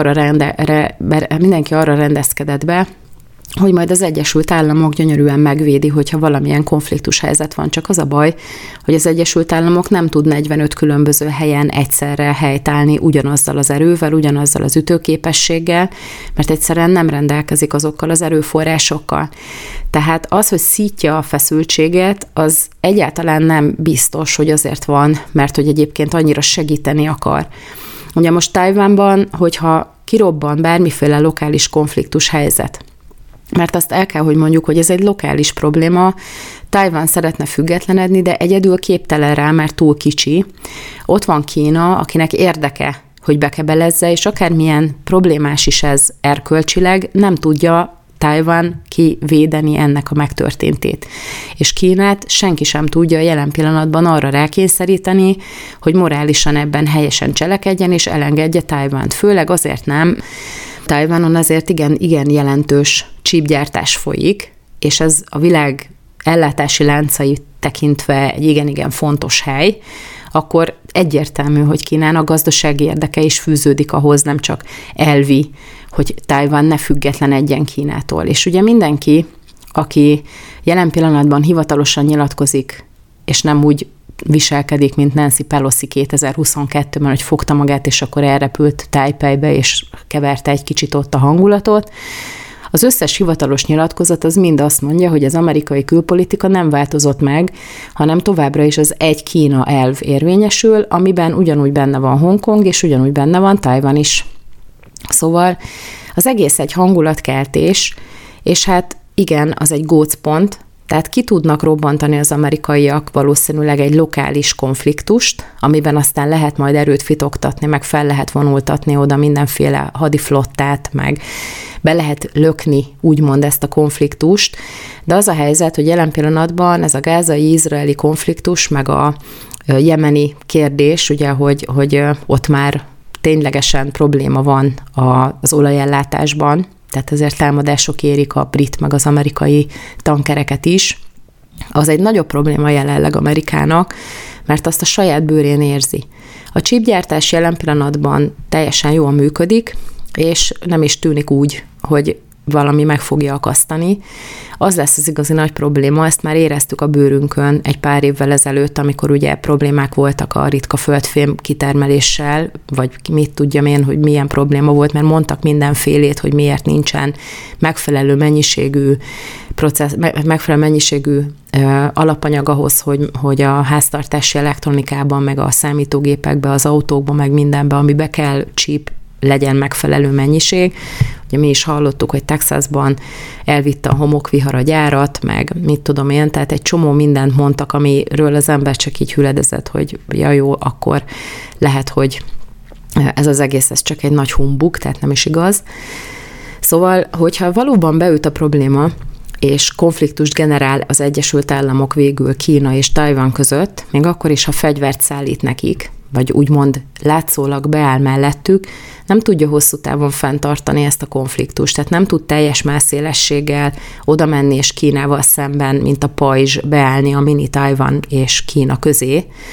mindenki arra rendezkedett be, hogy majd az Egyesült Államok gyönyörűen megvédi, hogyha valamilyen konfliktus helyzet van. Csak az a baj, hogy az Egyesült Államok nem tud 45 különböző helyen egyszerre helytállni ugyanazzal az erővel, ugyanazzal az ütőképességgel, mert egyszerűen nem rendelkezik azokkal az erőforrásokkal. Tehát az, hogy szítja a feszültséget, az egyáltalán nem biztos, hogy azért van, mert hogy egyébként annyira segíteni akar. Ugye most Tajvanban, hogyha kirobban bármiféle lokális konfliktus helyzet, mert azt el kell, hogy mondjuk, hogy ez egy lokális probléma. Tajvan szeretne függetlenedni, de egyedül képtelen rá, mert túl kicsi. Ott van Kína, akinek érdeke, hogy bekebelezze, és akármilyen problémás is ez erkölcsileg, nem tudja Tajvan kivédeni ennek a megtörténtét. És Kínát senki sem tudja jelen pillanatban arra rákényszeríteni, hogy morálisan ebben helyesen cselekedjen, és elengedje Tajvant. Főleg azért nem. Tajvanon azért igen jelentős csípgyártás folyik, és ez a világ ellátási láncai tekintve egy igen fontos hely, akkor egyértelmű, hogy Kínának gazdasági érdeke is fűződik ahhoz, nem csak elvi, hogy Tajvan ne függetlenedjen Kínától. És ugye mindenki, aki jelen pillanatban hivatalosan nyilatkozik, és nem úgy viselkedik, mint Nancy Pelosi 2022-ben, hogy fogta magát, és akkor elrepült Tajpejbe, és keverte egy kicsit ott a hangulatot. Az összes hivatalos nyilatkozat az mind azt mondja, hogy az amerikai külpolitika nem változott meg, hanem továbbra is az egy Kína elv érvényesül, amiben ugyanúgy benne van Hongkong, és ugyanúgy benne van Tajvan is. Szóval az egész egy hangulatkeltés, és hát igen, az egy gócpont, tehát ki tudnak robbantani az amerikaiak valószínűleg egy lokális konfliktust, amiben aztán lehet majd erőt fitoktatni, meg fel lehet vonultatni oda mindenféle hadiflottát, meg be lehet lökni, úgymond ezt a konfliktust, de az a helyzet, hogy jelen pillanatban ez a gázai-izraeli konfliktus, meg a jemeni kérdés, ugye, hogy ott már ténylegesen probléma van az olajellátásban, tehát ezért támadások érik a brit meg az amerikai tankereket is, az egy nagyobb probléma jelenleg Amerikának, mert azt a saját bőrén érzi. A csípgyártás jelen pillanatban teljesen jól működik, és nem is tűnik úgy, hogy valami meg fogja akasztani. Az lesz az igazi nagy probléma, ezt már éreztük a bőrünkön egy pár évvel ezelőtt, amikor ugye problémák voltak a ritka földfém kitermeléssel, vagy mit tudjam én, hogy milyen probléma volt, mert mondtak mindenfélét, hogy miért nincsen megfelelő mennyiségű alapanyag ahhoz, hogy a háztartási elektronikában, meg a számítógépekben, az autókban, meg mindenben, amibe kell csíp, legyen megfelelő mennyiség. Ugye mi is hallottuk, hogy Texasban elvitte a homokvihar a gyárat, meg mit tudom én, tehát egy csomó mindent mondtak, amiről az ember csak így hüledezett, hogy ja jó, akkor lehet, hogy ez az egész, ez csak egy nagy humbug, tehát nem is igaz. Szóval, hogyha valóban beüt a probléma, és konfliktust generál az Egyesült Államok végül Kína és Tajvan között, még akkor is, ha fegyvert szállít nekik, vagy úgymond látszólag beáll mellettük, nem tudja hosszú távon fenntartani ezt a konfliktust. Tehát nem tud teljes messzélességgel oda menni és Kínával szemben, mint a pajzs beállni a mini Tajvan és Kína közé,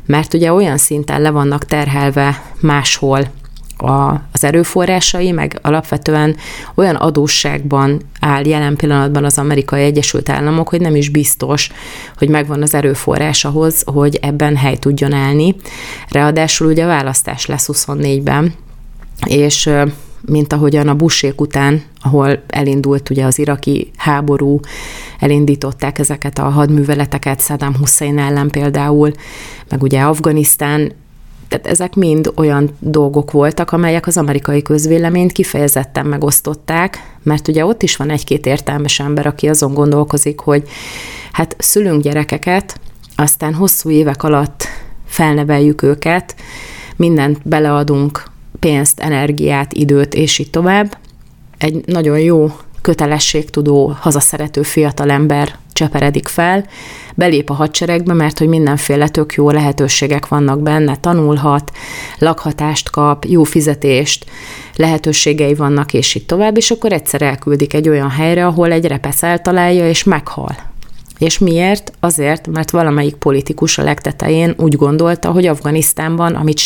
mert ugye olyan szinten le vannak terhelve máshol az erőforrásai, meg alapvetően olyan adósságban áll jelen pillanatban az Amerikai Egyesült Államok, hogy nem is biztos, hogy megvan az erőforrás ahhoz, hogy ebben hely tudjon állni. Ráadásul ugye választás lesz 24-ben, és mint ahogyan a Bushék után, ahol elindult ugye az iraki háború, elindították ezeket a hadműveleteket Saddam Hussein ellen például, meg ugye Afganisztán, tehát ezek mind olyan dolgok voltak, amelyek az amerikai közvéleményt kifejezetten megosztották, mert ugye ott is van egy-két értelmes ember, aki azon gondolkozik, hogy hát szülünk gyerekeket, aztán hosszú évek alatt felneveljük őket, mindent beleadunk, pénzt, energiát, időt, és így tovább. Egy nagyon jó, kötelességtudó, hazaszerető fiatalember cseperedik fel, belép a hadseregbe, mert hogy mindenféle tök jó lehetőségek vannak benne, tanulhat, lakhatást kap, jó fizetést, lehetőségei vannak, és így tovább, és akkor egyszer elküldik egy olyan helyre, ahol egy repesz eltalálja, és meghal. És miért? Azért, mert valamelyik politikus a legtetején úgy gondolta, hogy Afganisztánban, amit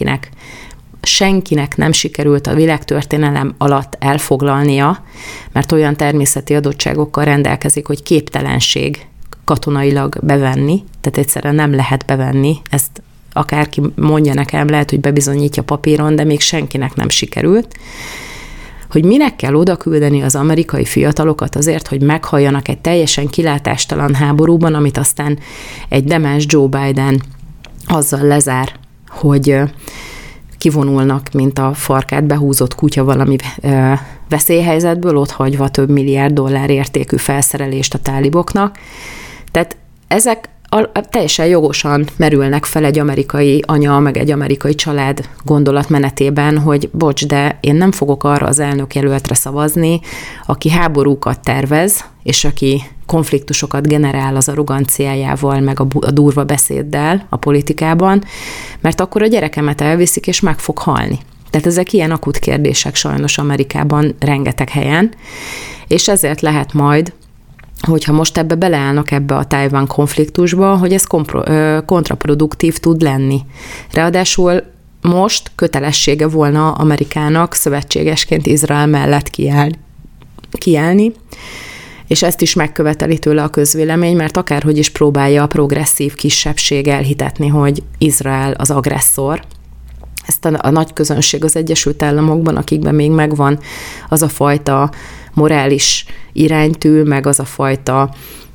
senkinek nem sikerült a világtörténelem alatt elfoglalnia, mert olyan természeti adottságokkal rendelkezik, hogy képtelenség katonailag bevenni, tehát egyszerűen nem lehet bevenni, ezt akárki mondja nekem, lehet, hogy bebizonyítja papíron, de még senkinek nem sikerült, hogy minek kell oda küldeni az amerikai fiatalokat azért, hogy meghalljanak egy teljesen kilátástalan háborúban, amit aztán egy demens Joe Biden azzal lezár, hogy kivonulnak, mint a farkát behúzott kutya valami veszélyhelyzetből, otthagyva több milliárd dollár értékű felszerelést a táliboknak. Tehát ezek teljesen jogosan merülnek fel egy amerikai anya, meg egy amerikai család gondolatmenetében, hogy bocs, de én nem fogok arra az elnökjelöltre szavazni, aki háborúkat tervez, és aki konfliktusokat generál az arroganciájával, meg a durva beszéddel a politikában, mert akkor a gyerekemet elviszik, és meg fog halni. Tehát ezek ilyen akut kérdések sajnos Amerikában rengeteg helyen, és ezért lehet majd, hogyha most beleállnak ebbe a Tajvan konfliktusba, hogy ez kontraproduktív tud lenni. Ráadásul most kötelessége volna Amerikának szövetségesként Izrael mellett kiállni, és ezt is megköveteli tőle a közvélemény, mert akárhogy is próbálja a progresszív kisebbség elhitetni, hogy Izrael az agresszor, ezt a nagy közönség az Egyesült Államokban, akikben még megvan az a fajta morális iránytű, meg az a fajta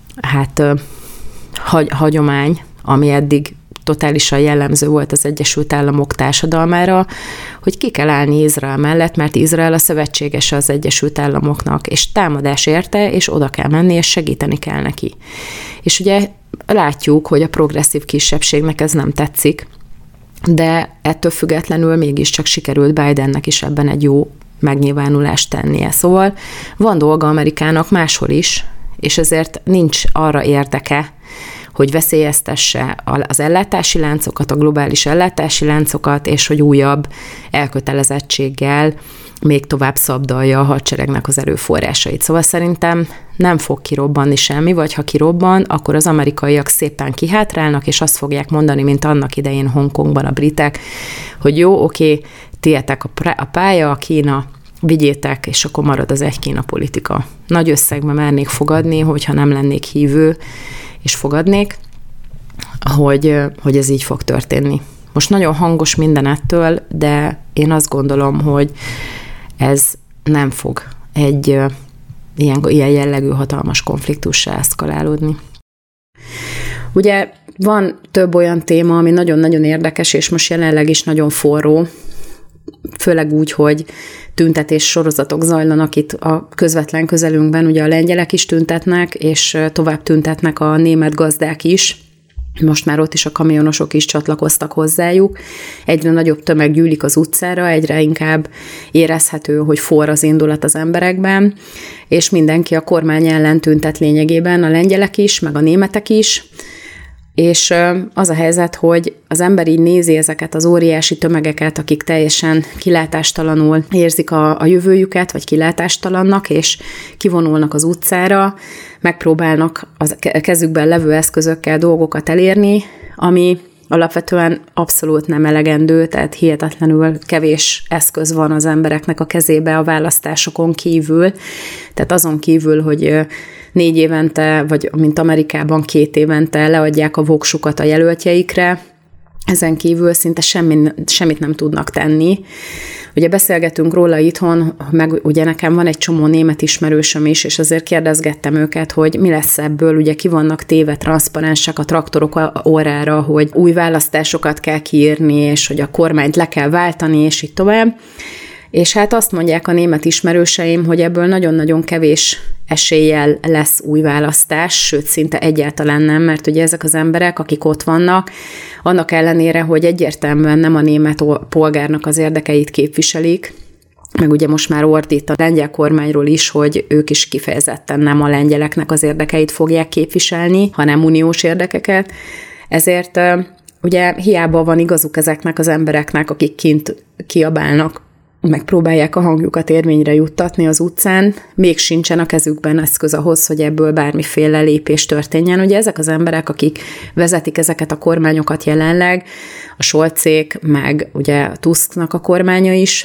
hagyomány, ami eddig totálisan jellemző volt az Egyesült Államok társadalmára, hogy ki kell állni Izrael mellett, mert Izrael a szövetségese az Egyesült Államoknak, és támadás érte, és oda kell menni, és segíteni kell neki. És ugye látjuk, hogy a progresszív kisebbségnek ez nem tetszik, de ettől függetlenül mégiscsak sikerült Bidennek is ebben egy jó megnyilvánulást tennie. Szóval van dolga Amerikának máshol is, és ezért nincs arra érdeke, hogy veszélyeztesse az ellátási láncokat, a globális ellátási láncokat, és hogy újabb elkötelezettséggel még tovább szabdalja a hadseregnek az erőforrásait. Szóval szerintem nem fog kirobbanni semmi, vagy ha kirobban, akkor az amerikaiak szépen kihátrálnak, és azt fogják mondani, mint annak idején Hongkongban a britek, hogy jó, oké, tietek a pálya, a Kína, vigyétek, és akkor marad az egy Kína politika. Nagy összegben mernék fogadni, hogyha nem lennék hívő, és fogadnék, hogy ez így fog történni. Most nagyon hangos minden ettől, de én azt gondolom, hogy ez nem fog egy ilyen jellegű hatalmas konfliktussá eszkalálódni. Ugye van több olyan téma, ami nagyon-nagyon érdekes, és most jelenleg is nagyon forró, főleg úgy, hogy tüntetés sorozatok zajlanak itt a közvetlen közelünkben, ugye a lengyelek is tüntetnek, és tovább tüntetnek a német gazdák is. Most már ott is a kamionosok is csatlakoztak hozzájuk. Egyre nagyobb tömeg gyűlik az utcára, egyre inkább érezhető, hogy forr az indulat az emberekben, és mindenki a kormány ellen tüntet lényegében, a lengyelek is, meg a németek is. És az a helyzet, hogy az ember így nézi ezeket az óriási tömegeket, akik teljesen kilátástalanul érzik a jövőjüket, vagy kilátástalannak, és kivonulnak az utcára, megpróbálnak a kezükben levő eszközökkel dolgokat elérni, ami alapvetően abszolút nem elegendő, tehát hihetetlenül kevés eszköz van az embereknek a kezébe a választásokon kívül. Tehát azon kívül, hogy 4 évente, vagy mint Amerikában 2 évente leadják a voksukat a jelöltjeikre, ezen kívül szinte semmit nem tudnak tenni. Ugye beszélgetünk róla itthon, meg ugye nekem van egy csomó német ismerősöm is, és azért kérdezgettem őket, hogy mi lesz ebből, ugye ki vannak téve transzparensek a traktorok orrára, hogy új választásokat kell kiírni, és hogy a kormányt le kell váltani, és így tovább. És hát azt mondják a német ismerőseim, hogy ebből nagyon-nagyon kevés eséllyel lesz új választás, sőt, szinte egyáltalán nem, mert ugye ezek az emberek, akik ott vannak, annak ellenére, hogy egyértelműen nem a német polgárnak az érdekeit képviselik, meg ugye most már ordít a lengyel kormányról is, hogy ők is kifejezetten nem a lengyeleknek az érdekeit fogják képviselni, hanem uniós érdekeket. Ezért ugye hiába van igazuk ezeknek az embereknek, akik kint kiabálnak, megpróbálják a hangjukat érvényre juttatni az utcán, még sincsen a kezükben eszköz ahhoz, hogy ebből bármiféle lépés történjen. Ugye ezek az emberek, akik vezetik ezeket a kormányokat jelenleg, a Scholzék, meg ugye a Tusknak a kormánya is,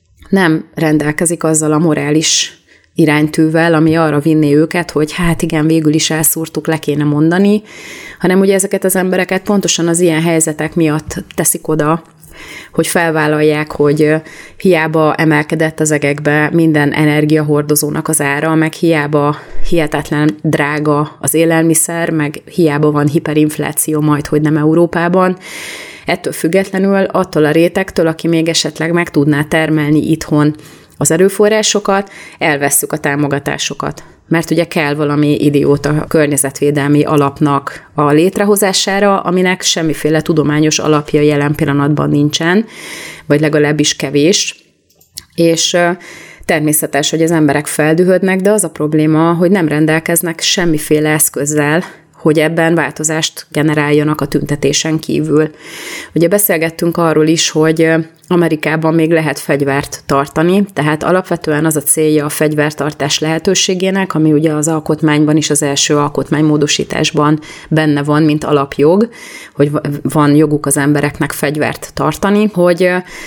nem rendelkezik azzal a morális iránytűvel, ami arra vinné őket, hogy hát igen, végül is elszúrtuk, le kéne mondani, hanem ugye ezeket az embereket pontosan az ilyen helyzetek miatt teszik oda, hogy felvállalják, hogy hiába emelkedett az egekbe minden energiahordozónak az ára, meg hiába hihetetlen drága az élelmiszer, meg hiába van hiperinfláció majd, hogy nem Európában. Ettől függetlenül attól a rétegtől, aki még esetleg meg tudná termelni itthon az erőforrásokat, elvesszük a támogatásokat. Mert ugye kell valami idióta környezetvédelmi alapnak a létrehozására, aminek semmiféle tudományos alapja jelen pillanatban nincsen, vagy legalábbis kevés. És természetes, hogy az emberek feldühödnek, de az a probléma, hogy nem rendelkeznek semmiféle eszközzel, hogy ebben változást generáljanak a tüntetésen kívül. Ugye beszélgettünk arról is, hogy Amerikában még lehet fegyvert tartani, tehát alapvetően az a célja a fegyvertartás lehetőségének, ami ugye az alkotmányban is, az első alkotmánymódosításban benne van, mint alapjog, hogy van joguk az embereknek fegyvert tartani, hogy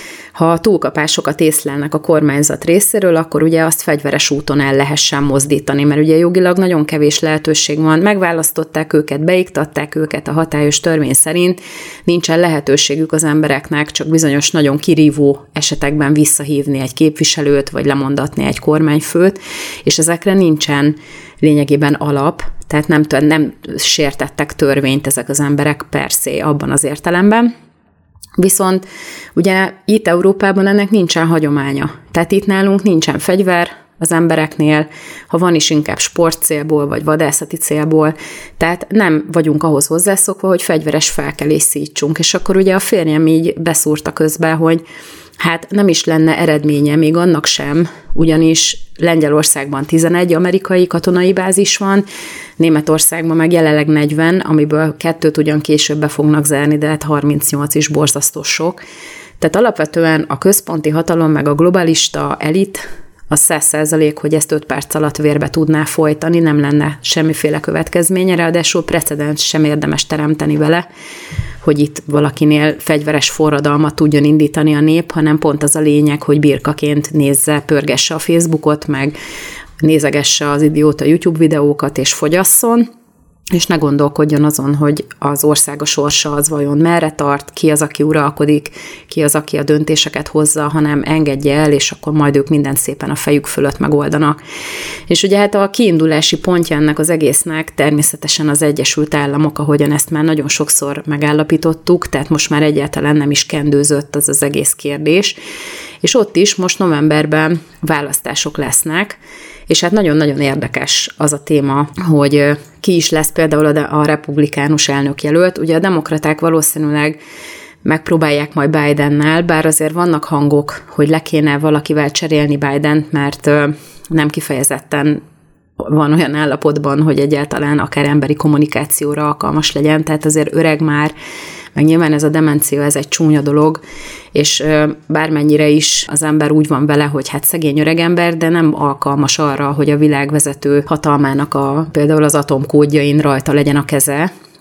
ha túlkapásokat észlelnek a kormányzat részéről, akkor ugye azt fegyveres úton el lehessen mozdítani, mert ugye jogilag nagyon kevés lehetőség van, megválasztották őket, beiktatták őket a hatályos törvény szerint, nincsen lehetőségük az embereknek csak bizonyos nagyon kirívó esetekben visszahívni egy képviselőt, vagy lemondatni egy kormányfőt, és ezekre nincsen lényegében alap, tehát nem sértettek törvényt ezek az emberek per se abban az értelemben. Viszont ugye itt Európában ennek nincsen hagyománya. Tehát itt nálunk nincsen fegyver az embereknél, ha van is inkább sportcélból, vagy vadászati célból, tehát nem vagyunk ahhoz hozzászokva, hogy fegyveres felkelést szítsunk. És akkor ugye a férjem így beszúrta közbe, hogy hát nem is lenne eredménye még annak sem, ugyanis Lengyelországban 11 amerikai katonai bázis van, Németországban meg jelenleg 40, amiből 2 ugyan később be fognak zárni, de hát 38 is borzasztó sok. Tehát alapvetően a központi hatalom meg a globalista elit az 100%, hogy ezt 5 perc alatt vérbe tudná folytani, nem lenne semmiféle következménye, ráadásul precedens sem érdemes teremteni vele, hogy itt valakinél fegyveres forradalmat tudjon indítani a nép, hanem pont az a lényeg, hogy birkaként nézze, pörgesse a Facebookot, meg nézegesse az idióta YouTube videókat, és fogyasszon, és ne gondolkodjon azon, hogy az ország a sorsa az vajon merre tart, ki az, aki uralkodik, ki az, aki a döntéseket hozza, hanem engedje el, és akkor majd ők mindent szépen a fejük fölött megoldanak. És ugye hát a kiindulási pontja ennek az egésznek természetesen az Egyesült Államok, ahogyan ezt már nagyon sokszor megállapítottuk, tehát most már egyáltalán nem is kendőzött az egész kérdés, és ott is most novemberben választások lesznek, és hát nagyon-nagyon érdekes az a téma, hogy ki is lesz például a republikánus elnökjelölt. Ugye a demokraták valószínűleg megpróbálják majd Bidennel, bár azért vannak hangok, hogy le kéne valakivel cserélni Bident, mert nem kifejezetten van olyan állapotban, hogy egyáltalán akár emberi kommunikációra alkalmas legyen, tehát azért öreg már, meg nyilván ez a demencia, ez egy csúnya dolog, és bármennyire is az ember úgy van vele, hogy hát szegény öregember, de nem alkalmas arra, hogy a világ vezető hatalmának például az atomkódjain rajta legyen a keze,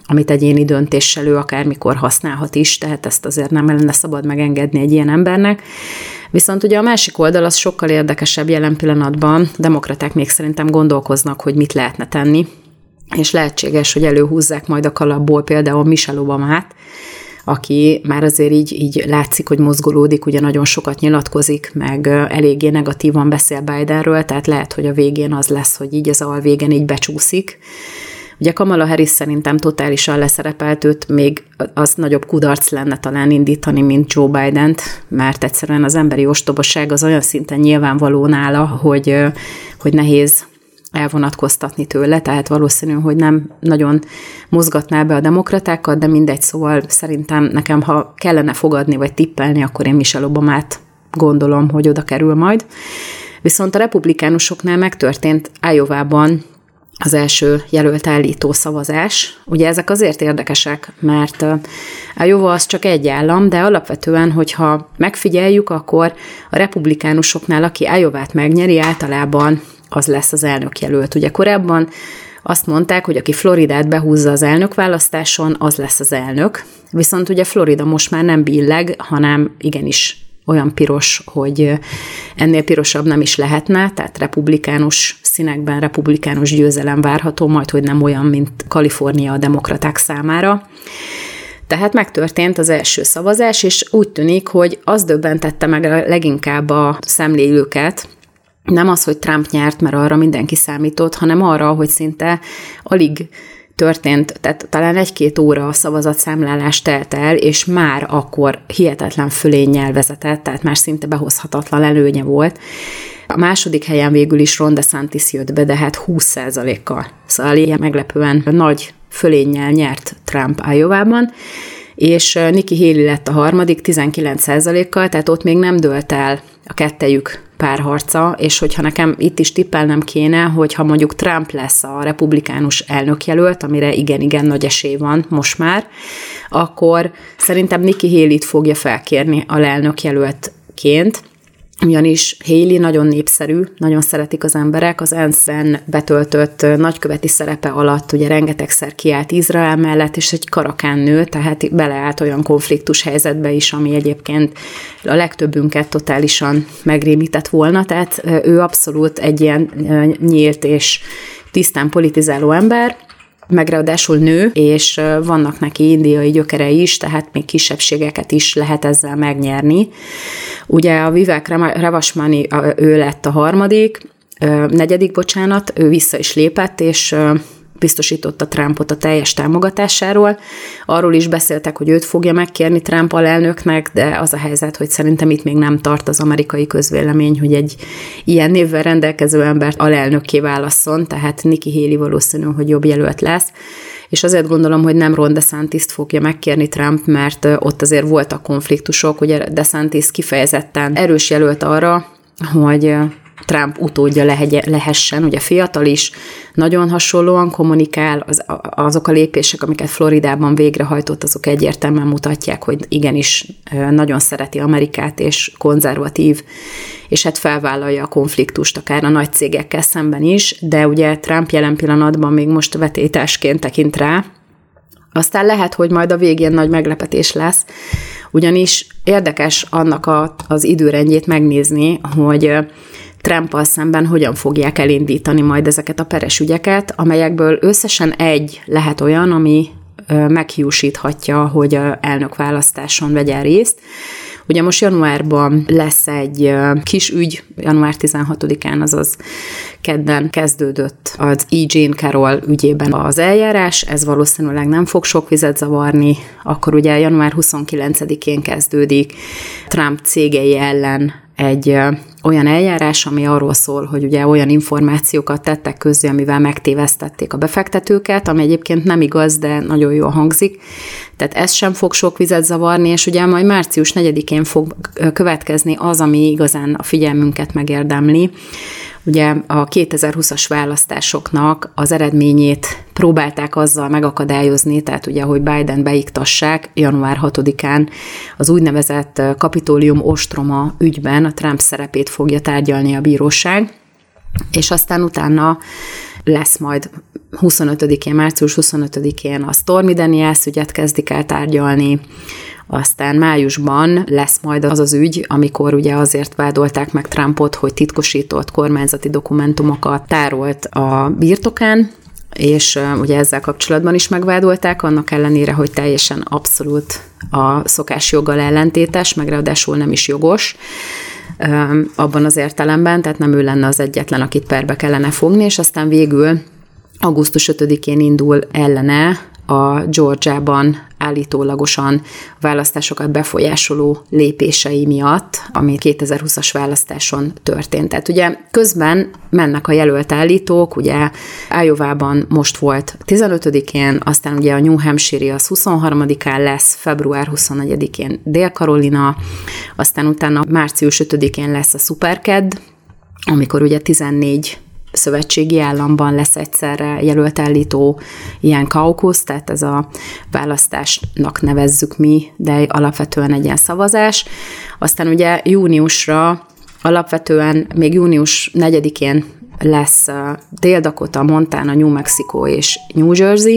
amit egyéni döntéssel ő akármikor használhat is, tehát ezt azért nem lenne szabad megengedni egy ilyen embernek. Viszont ugye a másik oldal az sokkal érdekesebb jelen pillanatban, demokraták még szerintem gondolkoznak, hogy mit lehetne tenni, és lehetséges, hogy előhúzzák majd a kalapból például Michelle Obamát, aki már azért így látszik, hogy mozgolódik, ugye nagyon sokat nyilatkozik, meg eléggé negatívan beszél Bidenről, tehát lehet, hogy a végén az lesz, hogy így az alvégen így becsúszik. Ugye Kamala Harris szerintem totálisan leszerepelt, őt még az nagyobb kudarc lenne talán indítani, mint Joe Bident, mert egyszerűen az emberi ostobaság az olyan szinten nyilvánvaló nála, hogy nehéz elvonatkoztatni tőle, tehát valószínű, hogy nem nagyon mozgatná be a demokratákat, de mindegy, szóval szerintem nekem, ha kellene fogadni vagy tippelni, akkor én Michelle Obamát gondolom, hogy oda kerül majd. Viszont a republikánusoknál megtörtént Iowában az első jelölt állító szavazás. Ugye ezek azért érdekesek, mert Iowa az csak egy állam, de alapvetően, hogyha megfigyeljük, akkor a republikánusoknál, aki Iowát megnyeri, általában az lesz az elnökjelölt. Ugye korábban azt mondták, hogy aki Floridát behúzza az elnökválasztáson, az lesz az elnök. Viszont ugye Florida most már nem billeg, hanem igenis olyan piros, hogy ennél pirosabb nem is lehetne, tehát republikánus színekben republikánus győzelem várható, majd hogy nem olyan, mint Kalifornia a demokraták számára. Tehát megtörtént az első szavazás, és úgy tűnik, hogy az döbbentette meg leginkább a szemlélőket, nem az, hogy Trump nyert, mert arra mindenki számított, hanem arra, hogy szinte alig történt, tehát talán 1-2 óra a szavazatszámlálás telt el, és már akkor hihetetlen fölénnyel vezetett, tehát már szinte behozhatatlan előnye volt. A második helyen végül is Ron DeSantis jött be, de hát 20%-kal. Szóval ilyen meglepően nagy fölénnyel nyert Trump Iowában, és Nikki Haley lett a harmadik 19%-kal, tehát ott még nem dőlt el a kettejük párharca, és hogyha nekem itt is tippelnem kéne, hogyha mondjuk Trump lesz a republikánus elnökjelölt, amire igen nagy esély van most már, akkor szerintem Nikki Haley-t fogja felkérni alelnökjelöltként, ugyanis Haley nagyon népszerű, nagyon szeretik az emberek, az ENSZ-ben betöltött nagyköveti szerepe alatt ugye rengetegszer kiállt Izrael mellett, és egy karakán nő, tehát beleállt olyan konfliktus helyzetbe is, ami egyébként a legtöbbünket totálisan megrémített volna, tehát ő abszolút egy ilyen nyílt és tisztán politizáló ember, meg ráadásul nő, és vannak neki indiai gyökerei is, tehát még kisebbségeket is lehet ezzel megnyerni. Ugye a Vivek Ramaswamy, ő lett a negyedik, ő vissza is lépett, és biztosította Trumpot a teljes támogatásáról. Arról is beszéltek, hogy őt fogja megkérni Trump alelnöknek, de az a helyzet, hogy szerintem itt még nem tart az amerikai közvélemény, hogy egy ilyen névvel rendelkező embert alelnökké válasszon, tehát Nikki Haley valószínű, hogy jobb jelölt lesz. És azért gondolom, hogy nem Ron DeSantis fogja megkérni Trump, mert ott azért voltak konfliktusok, ugye DeSantis kifejezetten erős jelölt arra, hogy Trump utódja lehessen, ugye fiatal is, nagyon hasonlóan kommunikál, azok a lépések, amiket Floridában végrehajtott, azok egyértelműen mutatják, hogy igenis nagyon szereti Amerikát, és konzervatív, és hát felvállalja a konfliktust akár a nagy cégekkel szemben is, de ugye Trump jelen pillanatban még most vetétásként tekint rá, aztán lehet, hogy majd a végén nagy meglepetés lesz, ugyanis érdekes annak az időrendjét megnézni, hogy Trumpal szemben hogyan fogják elindítani majd ezeket a peres ügyeket, amelyekből összesen egy lehet olyan, ami meghiúsíthatja, hogy elnökválasztáson vegyen részt. Ugye most januárban lesz egy kis ügy, január 16-án, azaz kedden kezdődött az E. Jean Carroll ügyében az eljárás, ez valószínűleg nem fog sok vizet zavarni, akkor ugye január 29-én kezdődik Trump cégei ellen egy olyan eljárás, ami arról szól, hogy ugye olyan információkat tettek közzé, amivel megtévesztették a befektetőket, ami egyébként nem igaz, de nagyon jól hangzik. Tehát ez sem fog sok vizet zavarni, és ugye majd március 4-én fog következni az, ami igazán a figyelmünket megérdemli. Ugye a 2020-as választásoknak az eredményét próbálták azzal megakadályozni, tehát ugye, hogy Biden beiktassák január 6-án az úgynevezett Kapitólium ostroma ügyben a Trump szerepét fogja tárgyalni a bíróság, és aztán utána lesz majd 25-én, március 25-én a Stormy Daniels ügyet kezdik el tárgyalni, aztán májusban lesz majd az az ügy, amikor ugye azért vádolták meg Trumpot, hogy titkosított kormányzati dokumentumokat tárolt a birtokán, és ugye ezzel kapcsolatban is megvádolták, annak ellenére, hogy teljesen abszolút a szokásjoggal ellentétes, meg ráadásul nem is jogos abban az értelemben, tehát nem ő lenne az egyetlen, akit perbe kellene fogni, és aztán végül augusztus 5-én indul ellene a Georgiában állítólagosan választásokat befolyásoló lépései miatt, ami 2020-as választáson történt. Tehát ugye közben mennek a jelölt állítók, ugye Iowában most volt 15-én, aztán ugye a New Hampshire az 23-án lesz, február 24-én Dél-Karolina, aztán utána március 5-én lesz a Superked, amikor ugye 14 szövetségi államban lesz egyszerre jelölt állító ilyen kaukusz, tehát ez a választásnak nevezzük mi, de alapvetően egy ilyen szavazás. Aztán ugye júniusra, alapvetően még június 4-én lesz Dél-Dakota, Montana, New Mexico és New Jersey,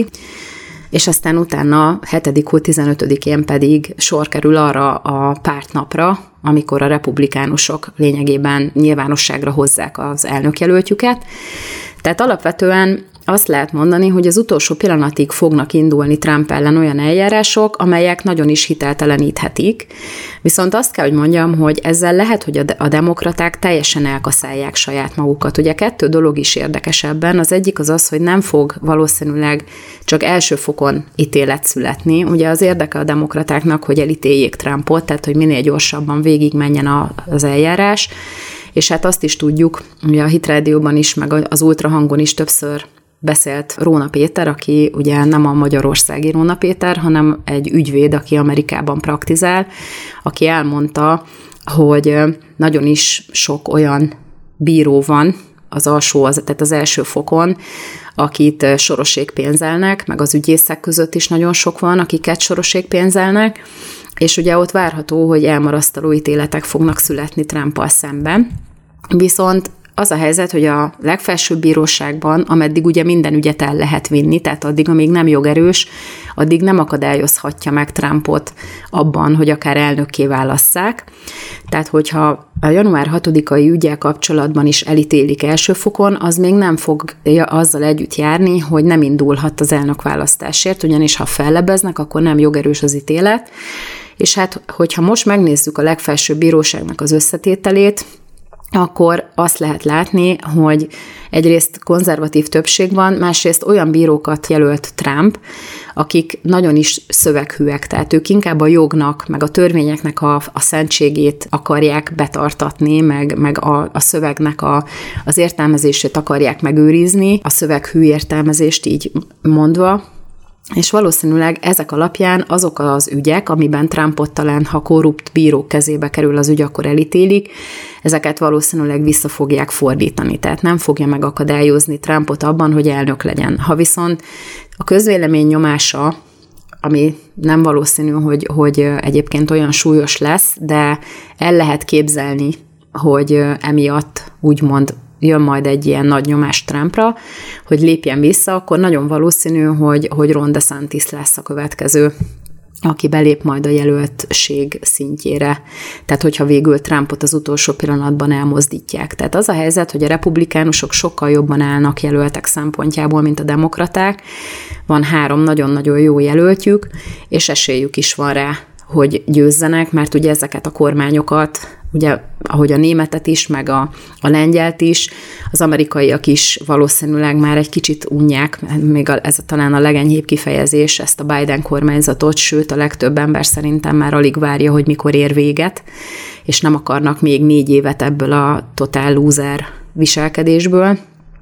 és aztán utána 7. hó 15-én pedig sor kerül arra a pártnapra, amikor a republikánusok lényegében nyilvánosságra hozzák az elnökjelöltjüket. Tehát alapvetően azt lehet mondani, hogy az utolsó pillanatig fognak indulni Trump ellen olyan eljárások, amelyek nagyon is hitelteleníthetik. Viszont azt kell, hogy mondjam, hogy ezzel lehet, hogy a demokraták teljesen elkaszálják saját magukat. Ugye 2 dolog is érdekes ebben. Az egyik az az, hogy nem fog valószínűleg csak első fokon ítélet születni. Ugye az érdeke a demokratáknak, hogy elítéljék Trumpot, tehát hogy minél gyorsabban végigmenjen az eljárás. És hát azt is tudjuk, ugye a Hit Rádióban is, meg az Ultrahangon is többször beszélt Róna Péter, aki ugye nem a magyarországi Róna Péter, hanem egy ügyvéd, aki Amerikában praktizál, aki elmondta, hogy nagyon is sok olyan bíró van tehát az első fokon, akit soroségpénzelnek, meg az ügyészek között is nagyon sok van, akiket soroségpénzelnek, és ugye ott várható, hogy elmarasztaló ítéletek fognak születni Trumpal szemben. Viszont az a helyzet, hogy a legfelsőbb bíróságban, ameddig ugye minden ügyet el lehet vinni, tehát addig, amíg nem jogerős, addig nem akadályozhatja meg Trumpot abban, hogy akár elnökké válasszák. Tehát, hogyha a január 6-ai ügyel kapcsolatban is elítélik első fokon, az még nem fog azzal együtt járni, hogy nem indulhat az elnökválasztásért, ugyanis ha fellebeznek, akkor nem jogerős az ítélet. És hát, hogyha most megnézzük a legfelsőbb bíróságnak az összetételét, akkor azt lehet látni, hogy egyrészt konzervatív többség van, másrészt olyan bírókat jelölt Trump, akik nagyon is szöveghűek, tehát ők inkább a jognak, meg a törvényeknek a szentségét akarják betartatni, meg a szövegnek az értelmezését akarják megőrizni, a szöveghű értelmezést így mondva, és valószínűleg ezek alapján azok az ügyek, amiben Trumpot talán, ha korrupt bírók kezébe kerül az ügy, akkor elítélik, ezeket valószínűleg vissza fogják fordítani, tehát nem fogja megakadályozni Trumpot abban, hogy elnök legyen. Ha viszont a közvélemény nyomása, ami nem valószínű, hogy egyébként olyan súlyos lesz, de el lehet képzelni, hogy emiatt úgymond jön majd egy ilyen nagy nyomás Trumpra, hogy lépjen vissza, akkor nagyon valószínű, hogy Ron DeSantis lesz a következő, aki belép majd a jelöltség szintjére. Tehát, hogyha végül Trumpot az utolsó pillanatban elmozdítják. Tehát az a helyzet, hogy a republikánusok sokkal jobban állnak jelöltek szempontjából, mint a demokraták. Van 3 nagyon-nagyon jó jelöltjük, és esélyük is van rá, hogy győzzenek, mert ugye ezeket a kormányokat, ugye ahogy a németet is, meg a lengyelt is, az amerikaiak is valószínűleg már egy kicsit unják, még ez talán a legenyhébb kifejezés, ezt a Biden kormányzatot, sőt a legtöbb ember szerintem már alig várja, hogy mikor ér véget, és nem akarnak még 4 évet ebből a totál loser viselkedésből.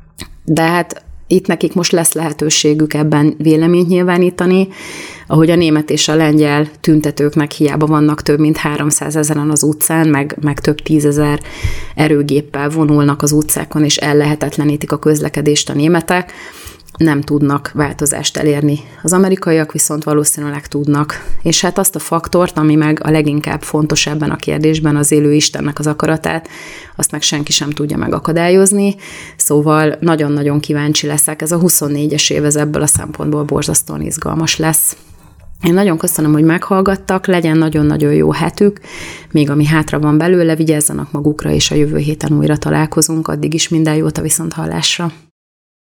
De hát itt nekik most lesz lehetőségük ebben véleményt nyilvánítani, ahogy a német és a lengyel tüntetőknek hiába vannak több mint 300 000 az utcán, meg több 10 000 erőgéppel vonulnak az utcákon, és ellehetetlenítik a közlekedést a németek. nem tudnak változást elérni. Az amerikaiak viszont valószínűleg tudnak. És hát azt a faktort, ami meg a leginkább fontos ebben a kérdésben, az élő Istennek az akaratát, azt meg senki sem tudja megakadályozni. Szóval nagyon-nagyon kíváncsi leszek. Ez a 24-es év, ez ebből a szempontból borzasztóan izgalmas lesz. Én nagyon köszönöm, hogy meghallgattak, legyen nagyon-nagyon jó hetük, még ami hátra van belőle, vigyázzanak magukra, és a jövő héten újra találkozunk, addig is minden jót, a viszonthallásra.